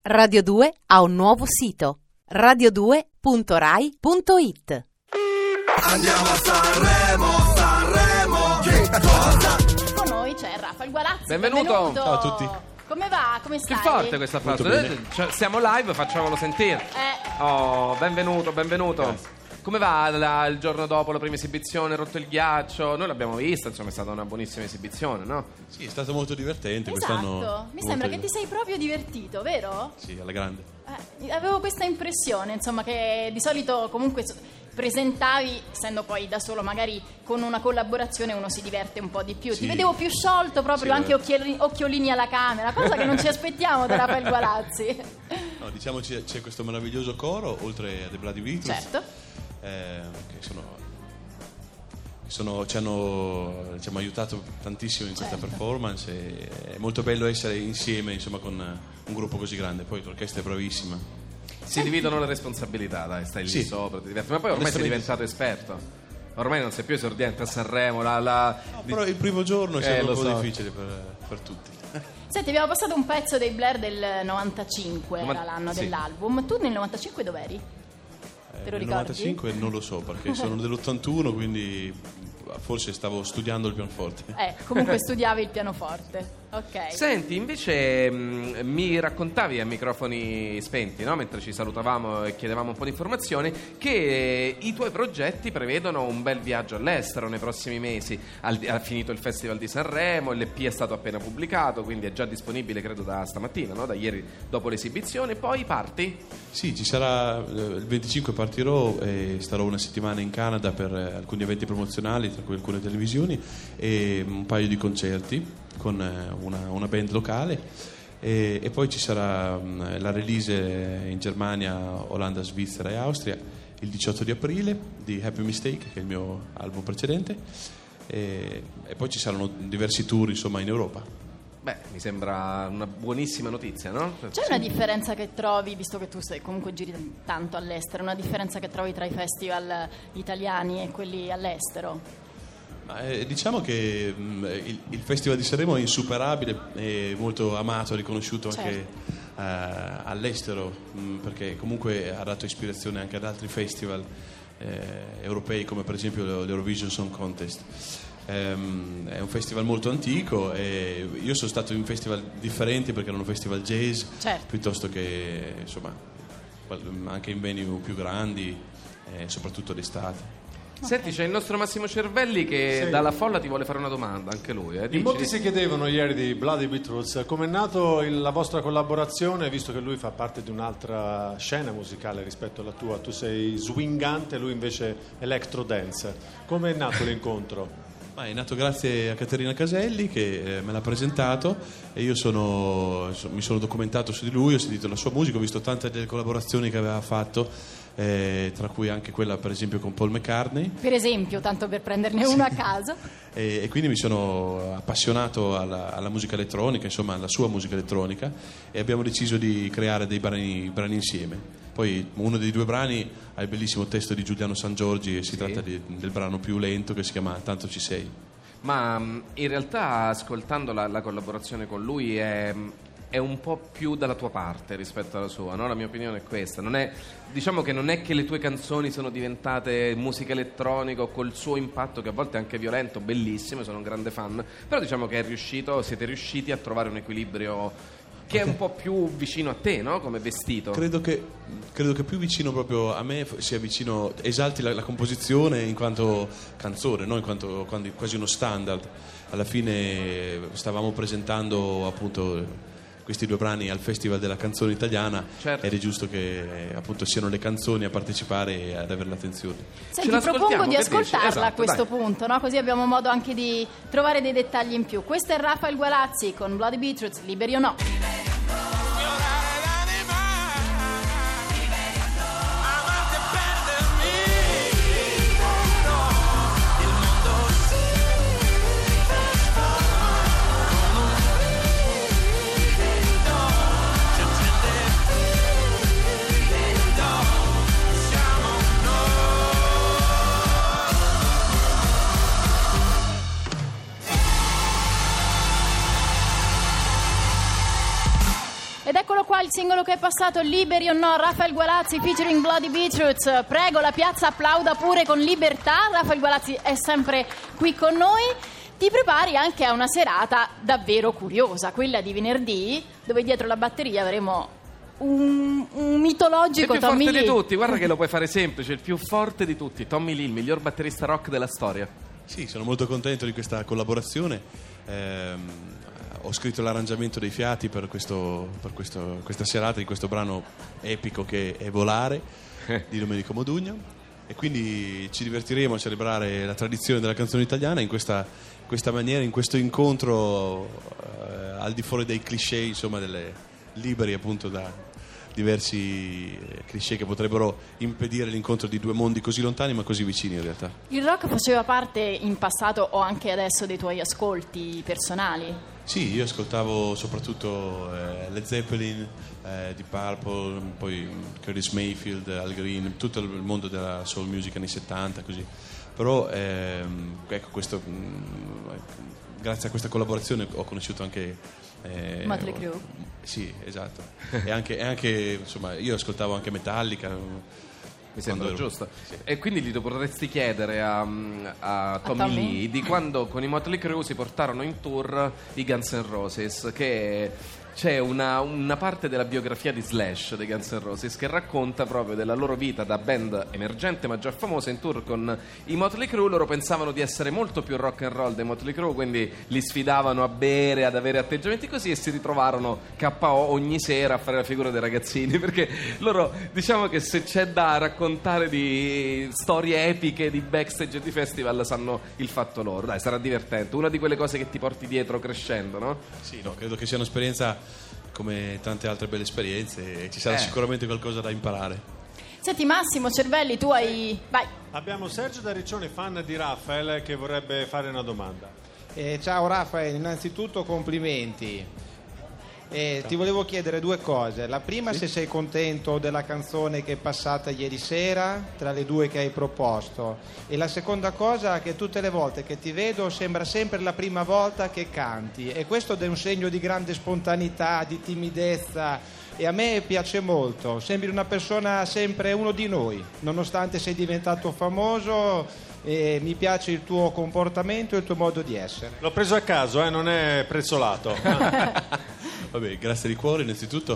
Radio 2 ha un nuovo sito: radio2.rai.it. Andiamo a Sanremo, che cosa? Con noi c'è Rafael Gualazzi. Benvenuto. Ciao a tutti. Come va? Come stai? Più forte questa frase. Siamo live, facciamolo sentire. Oh, benvenuto. Grazie. Come va il giorno dopo la prima esibizione, rotto il ghiaccio? Noi l'abbiamo vista, insomma è stata una buonissima esibione, no? Sì, è stato molto divertente Esatto, quest'anno. mi sembra che ti sei proprio divertito, vero? Sì, alla grande. Avevo questa impressione, insomma, che di solito comunque presentavi, essendo poi da solo, magari con una collaborazione uno si diverte un po' di più. Sì. Ti vedevo più sciolto, proprio, Sì, anche occhiolini alla camera, cosa che non ci aspettiamo da Rafael Gualazzi. No, diciamo c'è questo meraviglioso coro, oltre a The Bloody Beatles. Certo. Che ci hanno aiutato tantissimo in questa performance, e è molto bello essere insieme, insomma, con un gruppo così grande. Poi l'orchestra è bravissima. Si dividono le responsabilità, dai, stai lì sopra, ti diverti. Ma poi ormai sei diventato esperto. Ormai non sei più esordiente a Sanremo. No, però il primo giorno è stato un po' difficile per tutti. Senti, abbiamo passato un pezzo dei Blair del 95, era l'anno dell'album. Tu nel 95 dov'eri? Te lo nel ricordi? 95 non lo so, perché sono dell'81, quindi forse stavo studiando il pianoforte. Comunque studiavi il pianoforte. Ok. Senti, invece mi raccontavi a microfoni spenti, no? Mentre ci salutavamo e chiedevamo un po' di informazioni, che i tuoi progetti prevedono un bel viaggio all'estero nei prossimi mesi. Ha finito il Festival di Sanremo, l'EP è stato appena pubblicato, quindi è già disponibile credo da stamattina, no? Da ieri dopo l'esibizione. Poi parti? Sì, ci sarà il 25 partirò e starò una settimana in Canada per alcuni eventi promozionali, tra cui alcune televisioni e un paio di concerti con una band locale, e poi ci sarà la release in Germania, Olanda, Svizzera e Austria il 18 di aprile di Happy Mistake, che è il mio album precedente, e poi ci saranno diversi tour, insomma, in Europa. Beh, mi sembra una buonissima notizia, no? C'è una differenza che trovi, visto che tu comunque giri tanto all'estero, una differenza che trovi tra i festival italiani e quelli all'estero? Diciamo che il Festival di Sanremo è insuperabile, è molto amato, riconosciuto anche all'estero, perché comunque ha dato ispirazione anche ad altri festival europei, come per esempio l'Eurovision Song Contest. È un festival molto antico, e io sono stato in festival differenti perché erano festival jazz, piuttosto che, insomma, anche in venue più grandi, soprattutto d'estate. Senti, c'è il nostro Massimo Cervelli che dalla folla ti vuole fare una domanda, anche lui. In molti si chiedevano ieri di Bloody Beatles come è nato la vostra collaborazione, visto che lui fa parte di un'altra scena musicale rispetto alla tua. Tu sei swingante, lui invece electro dance. Come è nato l'incontro? È nato grazie a Caterina Caselli, che me l'ha presentato, e io mi sono documentato su di lui, ho sentito la sua musica, ho visto tante delle collaborazioni che aveva fatto, tra cui anche quella per esempio con Paul McCartney, per esempio, tanto per prenderne uno a caso, e quindi mi sono appassionato alla musica elettronica, insomma alla sua musica elettronica, e abbiamo deciso di creare dei brani insieme. Poi uno dei due brani ha il bellissimo testo di Giuliano Sangiorgi, e si tratta del brano più lento, che si chiama Tanto ci sei. Ma in realtà, ascoltando la collaborazione con lui, è un po' più dalla tua parte rispetto alla sua, no? La mia opinione è questa. Diciamo che non è che le tue canzoni sono diventate musica elettronica, col suo impatto, che a volte è anche violento, bellissimo, sono un grande fan, però diciamo che siete riusciti a trovare un equilibrio che è un po' più vicino a te, no? Come vestito. Credo che più vicino proprio a me sia vicino, esalti la composizione in quanto canzone, no? In quanto quasi uno standard. Alla fine stavamo presentando appunto questi due brani al Festival della Canzone Italiana, ed è giusto che appunto siano le canzoni a partecipare e ad avere l'attenzione. Senti, ti propongo di ascoltarla a questo punto, no? Così abbiamo modo anche di trovare dei dettagli in più. Questo è Rafael Gualazzi con Bloody Beatles, Liberi o no? singolo che è passato, Liberi o no, Rafael Gualazzi featuring Bloody Beetroots. Prego, la piazza applauda pure con libertà. Rafael Gualazzi è sempre qui con noi. Ti prepari anche a una serata davvero curiosa, quella di venerdì, dove dietro la batteria avremo un mitologico il più Tommy forte Lee. di tutti, guarda che lo puoi fare semplice, il più forte di tutti, Tommy Lee, il miglior batterista rock della storia. Sì, sono molto contento di questa collaborazione. Ho scritto l'arrangiamento dei fiati per questa serata, di questo brano epico che è Volare di Domenico Modugno, e quindi ci divertiremo a celebrare la tradizione della canzone italiana in questa maniera, in questo incontro al di fuori dei cliché, insomma, liberi appunto da diversi cliché che potrebbero impedire l'incontro di due mondi così lontani ma così vicini in realtà. Il rock faceva parte in passato o anche adesso dei tuoi ascolti personali? Sì, io ascoltavo soprattutto Led Zeppelin, Deep Purple, poi Curtis Mayfield, Al Green, tutto il mondo della soul music anni 70 così. Però ecco, grazie a questa collaborazione ho conosciuto anche Motley Crue. Sì, esatto. e anche insomma, io ascoltavo anche Metallica. Mi sembra giusto. Sì. E quindi gli potresti chiedere a Tommy Lee di quando con i Motley Crue si portarono in tour i Guns N' Roses, che c'è una parte della biografia di Slash dei Guns N' Roses che racconta proprio della loro vita da band emergente ma già famosa in tour con i Motley Crue. Loro pensavano di essere molto più rock and roll dei Motley Crue, quindi li sfidavano a bere, ad avere atteggiamenti così, e si ritrovarono KO ogni sera a fare la figura dei ragazzini, perché loro, diciamo che se c'è da raccontare di storie epiche di backstage e di festival, sanno il fatto loro. Dai, sarà divertente, una di quelle cose che ti porti dietro crescendo, no? Sì, no, credo che sia un'esperienza come tante altre belle esperienze, e ci sarà sicuramente qualcosa da imparare. Senti Massimo Cervelli, tu hai... Vai. Abbiamo Sergio da Riccione, fan di Rafael, che vorrebbe fare una domanda. Ciao Rafael, innanzitutto complimenti. Ti volevo chiedere due cose. La prima, se sei contento della canzone che è passata ieri sera, tra le due che hai proposto, e la seconda cosa, che tutte le volte che ti vedo sembra sempre la prima volta che canti, e questo è un segno di grande spontaneità, di timidezza, e a me piace molto. Sembri una persona, sempre uno di noi, nonostante sei diventato famoso. Mi piace il tuo comportamento e il tuo modo di essere. L'ho preso a caso, non è prezzolato. Vabbè, grazie di cuore innanzitutto.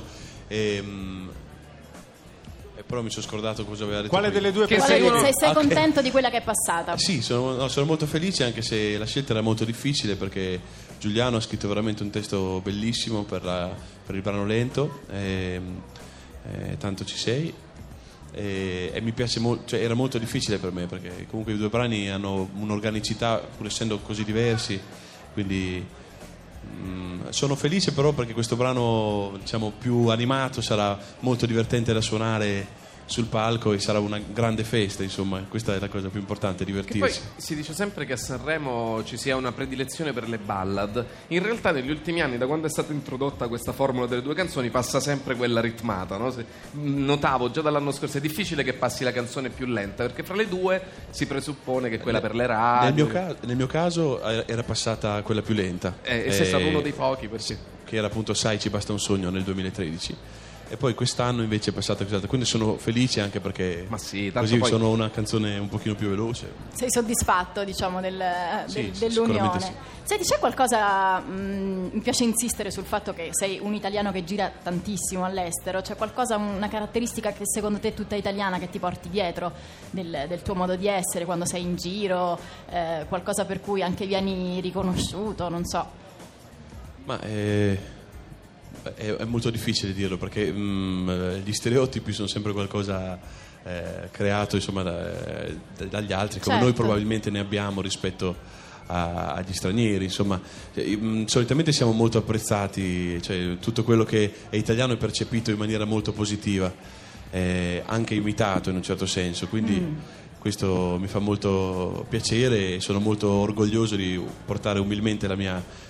Però mi sono scordato cosa aveva detto. Quale prima. delle due Che preferite? Sei contento di quella che è passata? Sì, sono molto felice, anche se la scelta era molto difficile, perché Giuliano ha scritto veramente un testo bellissimo per il brano lento, Tanto ci sei, e mi piace molto, cioè era molto difficile per me, perché comunque i due brani hanno un'organicità pur essendo così diversi, quindi sono felice però perché questo brano, diciamo, più animato sarà molto divertente da suonare sul palco e sarà una grande festa, insomma, questa è la cosa più importante, divertirsi. Che poi si dice sempre che a Sanremo ci sia una predilezione per le ballad. In realtà negli ultimi anni, da quando è stata introdotta questa formula delle due canzoni, passa sempre quella ritmata, no? Notavo già dall'anno scorso, è difficile che passi la canzone più lenta, perché fra le due si presuppone che quella per le radio. Nel mio caso era passata quella più lenta, e sei stato uno dei pochi, perché che era appunto Sai ci basta un sogno nel 2013, e poi quest'anno invece è passata quest'altra, quindi sono felice anche perché ma sì, tanto così poi sono una canzone un pochino più veloce. Sei soddisfatto, diciamo, Sì, dell'unione? sì. Senti, c'è qualcosa, mi piace insistere sul fatto che sei un italiano che gira tantissimo all'estero, c'è qualcosa, una caratteristica che secondo te è tutta italiana, che ti porti dietro del tuo modo di essere quando sei in giro, qualcosa per cui anche vieni riconosciuto, non so. Ma è molto difficile dirlo, perché gli stereotipi sono sempre qualcosa creato, insomma, dagli altri, come certo. Noi probabilmente ne abbiamo rispetto agli stranieri, insomma. Solitamente siamo molto apprezzati, cioè tutto quello che è italiano è percepito in maniera molto positiva, anche imitato in un certo senso, quindi questo mi fa molto piacere e sono molto orgoglioso di portare umilmente la mia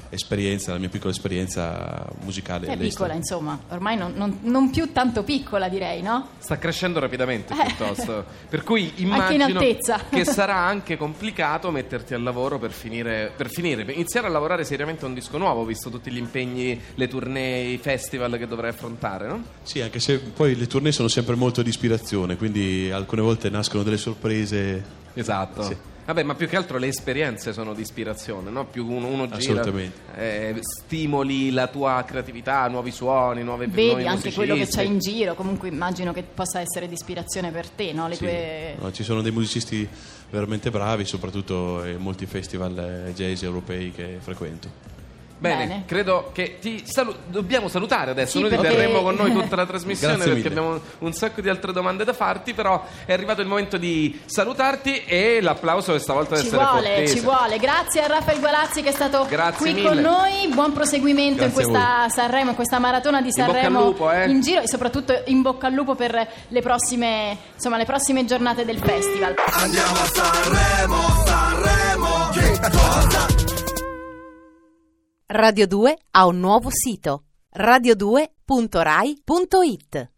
esperienza, la mia piccola esperienza musicale È all'estero. piccola, insomma, ormai non più tanto piccola, direi, no? Sta crescendo rapidamente piuttosto, per cui Anche in immagino altezza. che sarà anche complicato metterti al lavoro per iniziare a lavorare seriamente a un disco nuovo, visto tutti gli impegni, le tournée, i festival che dovrai affrontare, no? Sì, anche se poi le tournée sono sempre molto di ispirazione, quindi alcune volte nascono delle sorprese. Esatto. Sì. Vabbè, ma più che altro le esperienze sono di ispirazione, no? Più uno gira, Assolutamente. stimoli la tua creatività, nuovi suoni, nuovi Vedi anche quello che musicisti. c'è in giro, comunque immagino che possa essere di ispirazione per te, no? Le Sì. tue... No, ci sono dei musicisti veramente bravi, soprattutto in molti festival jazz europei che frequento. Bene, credo che dobbiamo salutare adesso. Sì, Noi ti perché- terremo con noi tutta la trasmissione Grazie perché mille. abbiamo un sacco di altre domande da farti, però è arrivato il momento di salutarti e l'applauso questa volta deve Ci essere vuole, fortissimo. ci vuole. Grazie a Raffaele Gualazzi che è stato Grazie qui mille. con noi. Buon proseguimento Grazie in questa Sanremo, in questa maratona di bocca al Sanremo lupo, in giro e soprattutto in bocca al lupo per le prossime giornate del festival. Andiamo a Sanremo, che cosa? Radio 2 ha un nuovo sito: radio2.rai.it.